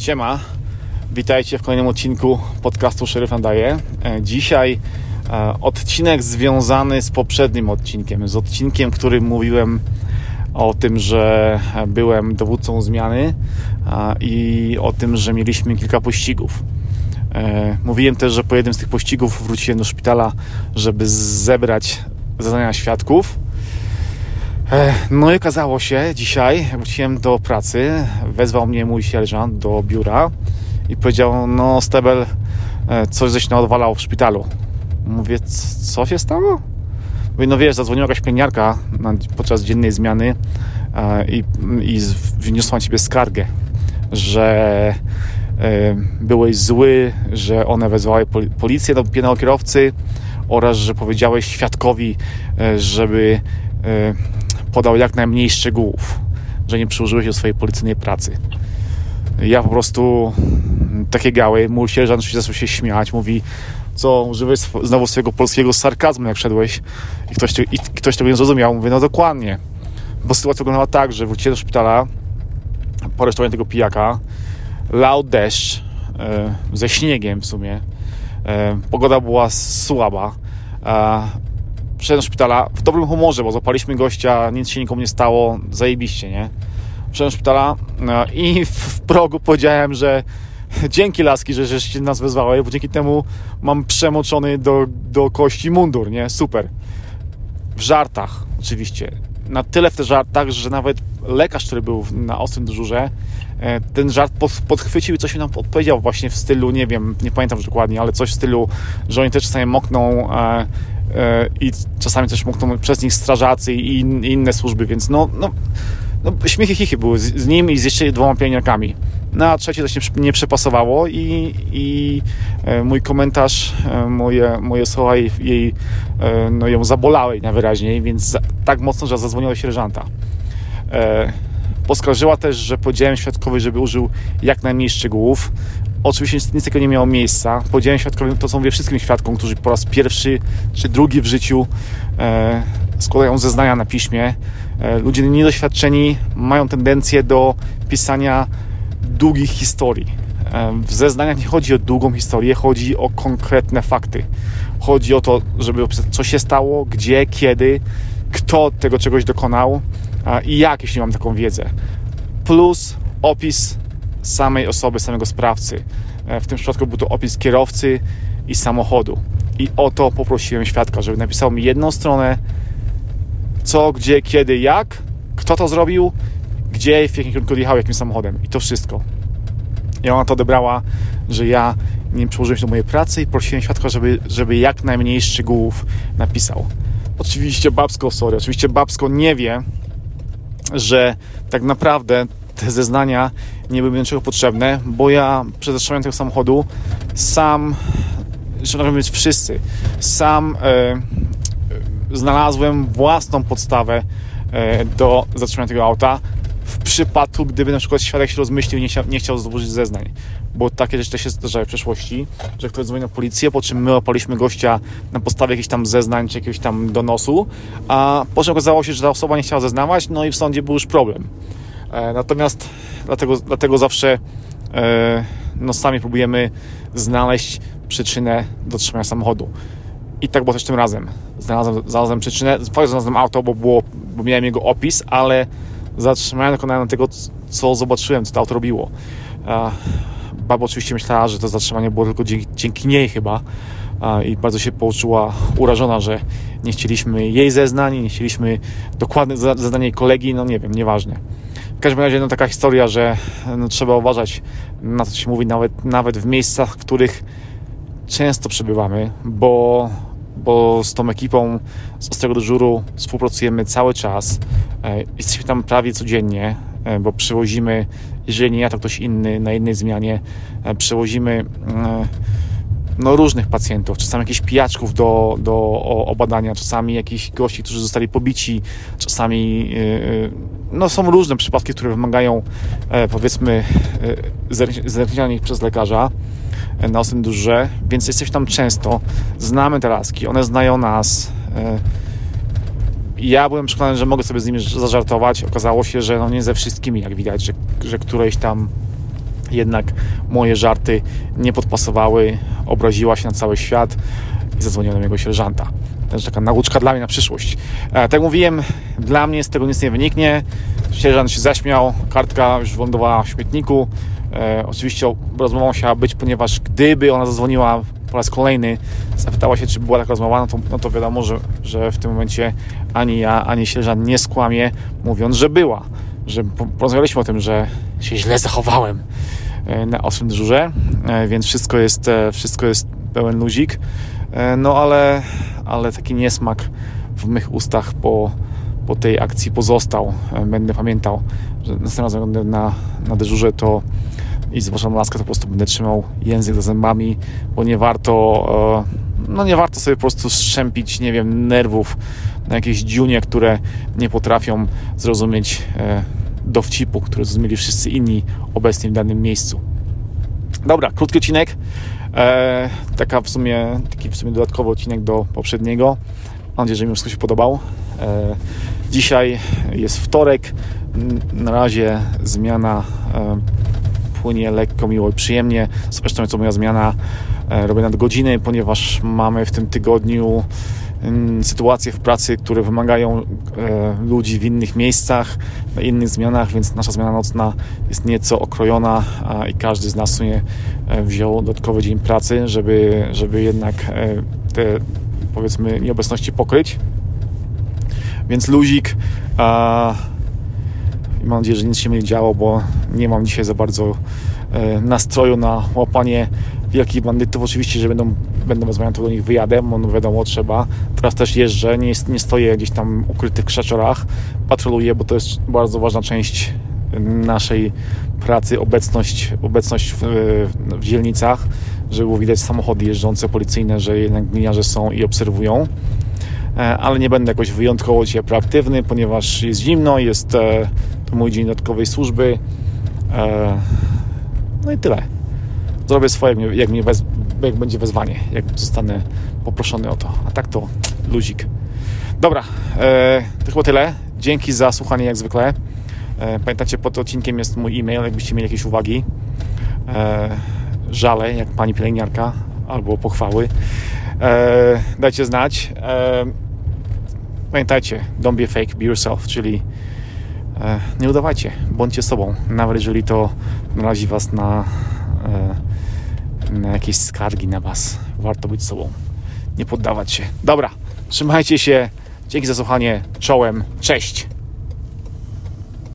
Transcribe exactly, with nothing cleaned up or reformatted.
Siema, witajcie w kolejnym odcinku podcastu Szeryf Nadaje. Dzisiaj odcinek związany z poprzednim odcinkiem, z odcinkiem, w którym mówiłem o tym, że byłem dowódcą zmiany i o tym, że mieliśmy kilka pościgów. Mówiłem też, że po jednym z tych pościgów wróciłem do szpitala, żeby zebrać zeznania świadków. No i okazało się, dzisiaj wróciłem do pracy, wezwał mnie mój sierżant do biura i powiedział: no Stebel, coś żeś naodwalał w szpitalu. Mówię, co się stało? Mówię, no wiesz, zadzwoniła jakaś pielęgniarka podczas dziennej zmiany i, i wniosła na ciebie skargę, że byłeś zły, że one wezwały policję do pijananego kierowcy oraz, że powiedziałeś świadkowi, żeby podał jak najmniej szczegółów, że nie przyłożyłeś do swojej policyjnej pracy. Ja po prostu takie gały, mój sierżant zaczął się śmiać, mówi: co, używałeś znowu swojego polskiego sarkazmu, jak szedłeś i ktoś, i ktoś tego nie zrozumiał. Mówię, no dokładnie, bo sytuacja wyglądała tak, że wróciłem do szpitala po aresztowaniu tego pijaka, lał deszcz, e, ze śniegiem w sumie, e, pogoda była słaba, e, przyszedłem do szpitala w dobrym humorze, bo złapaliśmy gościa, nic się nikomu nie stało, zajebiście, nie? Przyszedłem do szpitala no, i w progu powiedziałem, że dzięki laski, że żeście nas wezwały, bo dzięki temu mam przemoczony do, do kości mundur, nie? Super. W żartach oczywiście. Na tyle w tych żartach, że nawet lekarz, który był na ostrym dyżurze, ten żart podchwycił i coś mi nam odpowiedział właśnie w stylu, nie wiem, nie pamiętam już dokładnie, ale coś w stylu, że oni też czasami mokną e, e, i czasami też mokną przez nich strażacy i, in, i inne służby, więc no, no, no śmiechy chichy były z, z nim i z jeszcze dwoma pielęgniarkami. No a trzecie też nie, nie przepasowało i, i e, mój komentarz, e, moje, moje słowa jej, jej, e, no, ją zabolały najwyraźniej, więc za, tak mocno, że zadzwoniła do sierżanta. E, Poskarżyła też, że powiedziałem świadkowi, żeby użył jak najmniej szczegółów. Oczywiście nic, nic takiego nie miało miejsca. Powiedziałem świadkowi, to co mówię wszystkim świadkom, którzy po raz pierwszy czy drugi w życiu e, składają zeznania na piśmie. E, ludzie niedoświadczeni mają tendencję do pisania długich historii. E, w zeznaniach nie chodzi o długą historię, chodzi o konkretne fakty. Chodzi o to, żeby opisać, co się stało, gdzie, kiedy, kto tego czegoś dokonał i jak, jeśli mam taką wiedzę. Plus opis samej osoby, samego sprawcy. W tym przypadku był to opis kierowcy i samochodu. I o to poprosiłem świadka, żeby napisał mi jedną stronę, co, gdzie, kiedy, jak, kto to zrobił, gdzie i w jakim kierunku odjechał, jakim samochodem. I to wszystko. I ona to odebrała, że ja nie przyłożyłem się do mojej pracy i prosiłem świadka, żeby, żeby jak najmniej szczegółów napisał. Oczywiście babsko, sorry, oczywiście babsko nie wie, że tak naprawdę te zeznania nie były do niczego potrzebne, bo ja przed zatrzymaniem tego samochodu sam, szanowni mówiąc wszyscy, sam e, znalazłem własną podstawę e, do zatrzymania tego auta w przypadku, gdyby na przykład świadek się rozmyślił i nie chciał, nie chciał złożyć zeznań. Bo takie rzeczy też się zdarzały w przeszłości, że ktoś dzwoni na policję, po czym my opaliśmy gościa na podstawie jakichś tam zeznań czy jakiegoś tam donosu, a potem okazało się, że ta osoba nie chciała zeznawać, no i w sądzie był już problem. E, natomiast dlatego, dlatego zawsze e, no sami próbujemy znaleźć przyczynę do trzymania samochodu. I tak było też tym razem. Znalazłem, znalazłem przyczynę, znalazłem auto, bo, było, bo miałem jego opis, ale zatrzymałem dokonałem tego, co zobaczyłem, co to auto robiło. E, Baba oczywiście myślała, że to zatrzymanie było tylko dzięki, dzięki niej chyba i bardzo się poczuła urażona, że nie chcieliśmy jej zeznań, nie chcieliśmy dokładnych zeznań jej kolegi, no nie wiem, nieważne. W każdym razie no taka historia, że no, trzeba uważać na to, co się mówi, nawet, nawet w miejscach, w których często przebywamy, bo, bo z tą ekipą z Ostrego Dyżuru współpracujemy cały czas, jesteśmy tam prawie codziennie, bo przewozimy, jeżeli nie ja, to ktoś inny na innej zmianie, przewozimy no, różnych pacjentów, czasami jakichś pijaczków do, do obadania, czasami jakichś gości, którzy zostali pobici, czasami no, są różne przypadki, które wymagają powiedzmy zerknięcia na nich przez lekarza na Ostrym Dyżurze, więc jesteśmy tam często, znamy te laski, one znają nas. Ja byłem przekonany, że mogę sobie z nimi zażartować. Okazało się, że no nie ze wszystkimi, jak widać, że, że któreś tam jednak moje żarty nie podpasowały, obraziła się na cały świat i zadzwoniła do mojego sierżanta. To jest taka nauczka dla mnie na przyszłość. E, tak jak mówiłem, dla mnie z tego nic nie wyniknie. Sierżant się zaśmiał, kartka już wylądowała w śmietniku. E, oczywiście rozmowa musiała być, ponieważ gdyby ona zadzwoniła po raz kolejny, zapytała się, czy była taka rozmowa, no to, no to wiadomo, że, że w tym momencie ani ja, ani sierżant nie skłamie, mówiąc, że była. Że porozmawialiśmy o tym, że się źle zachowałem na ostrym dyżurze, więc wszystko jest, wszystko jest pełen luzik. No ale, ale taki niesmak w mych ustach po, po tej akcji pozostał. Będę pamiętał, że następnym razem będę na, na dyżurze, to i zwłaszcza na laskę, to po prostu będę trzymał język za zębami, bo nie warto no nie warto sobie po prostu strzępić, nie wiem, nerwów na jakieś dziunie, które nie potrafią zrozumieć dowcipu, który zrozumieli wszyscy inni obecni w danym miejscu. Dobra, krótki odcinek. E, taka w sumie, taki w sumie dodatkowy odcinek do poprzedniego. Mam nadzieję, że mi wszystko się podobał. E, dzisiaj jest wtorek. Na razie zmiana e, płynie lekko, miło i przyjemnie. Zresztą co moja zmiana, e, robię nadgodziny, ponieważ mamy w tym tygodniu sytuacje w pracy, które wymagają e, ludzi w innych miejscach, na innych zmianach, więc nasza zmiana nocna jest nieco okrojona a, i każdy z nas w sumie e, wziął dodatkowy dzień pracy, żeby, żeby jednak e, te, powiedzmy, nieobecności pokryć. Więc luzik. A, i mam nadzieję, że nic się nie działo, bo nie mam dzisiaj za bardzo e, nastroju na łapanie wielkich bandytów. Oczywiście, że będą, będą rozmawiać, to do nich wyjadę, bo no wiadomo, trzeba. Teraz też jeżdżę, nie, nie stoję gdzieś tam ukryty w krzaczorach, patroluję, bo to jest bardzo ważna część naszej pracy, obecność, obecność w, w dzielnicach, żeby było widać samochody jeżdżące, policyjne, że jednak gliniarze są i obserwują. Ale nie będę jakoś wyjątkowo dzisiaj proaktywny, ponieważ jest zimno, jest to mój dzień dodatkowej służby. No i tyle. Zrobię swoje, jak, mnie wez, jak będzie wezwanie, jak zostanę poproszony o to. A tak to luzik. Dobra, e, to chyba tyle. Dzięki za słuchanie jak zwykle. E, pamiętajcie, pod odcinkiem jest mój e-mail, jakbyście mieli jakieś uwagi, e, żale, jak pani pielęgniarka, albo pochwały. E, dajcie znać. E, pamiętajcie, don't be fake, be yourself, czyli e, nie udawajcie, bądźcie sobą, nawet jeżeli to narazi was na na jakieś skargi na was. Warto być sobą. Nie poddawać się. Dobra, trzymajcie się. Dzięki za słuchanie. Czołem. Cześć.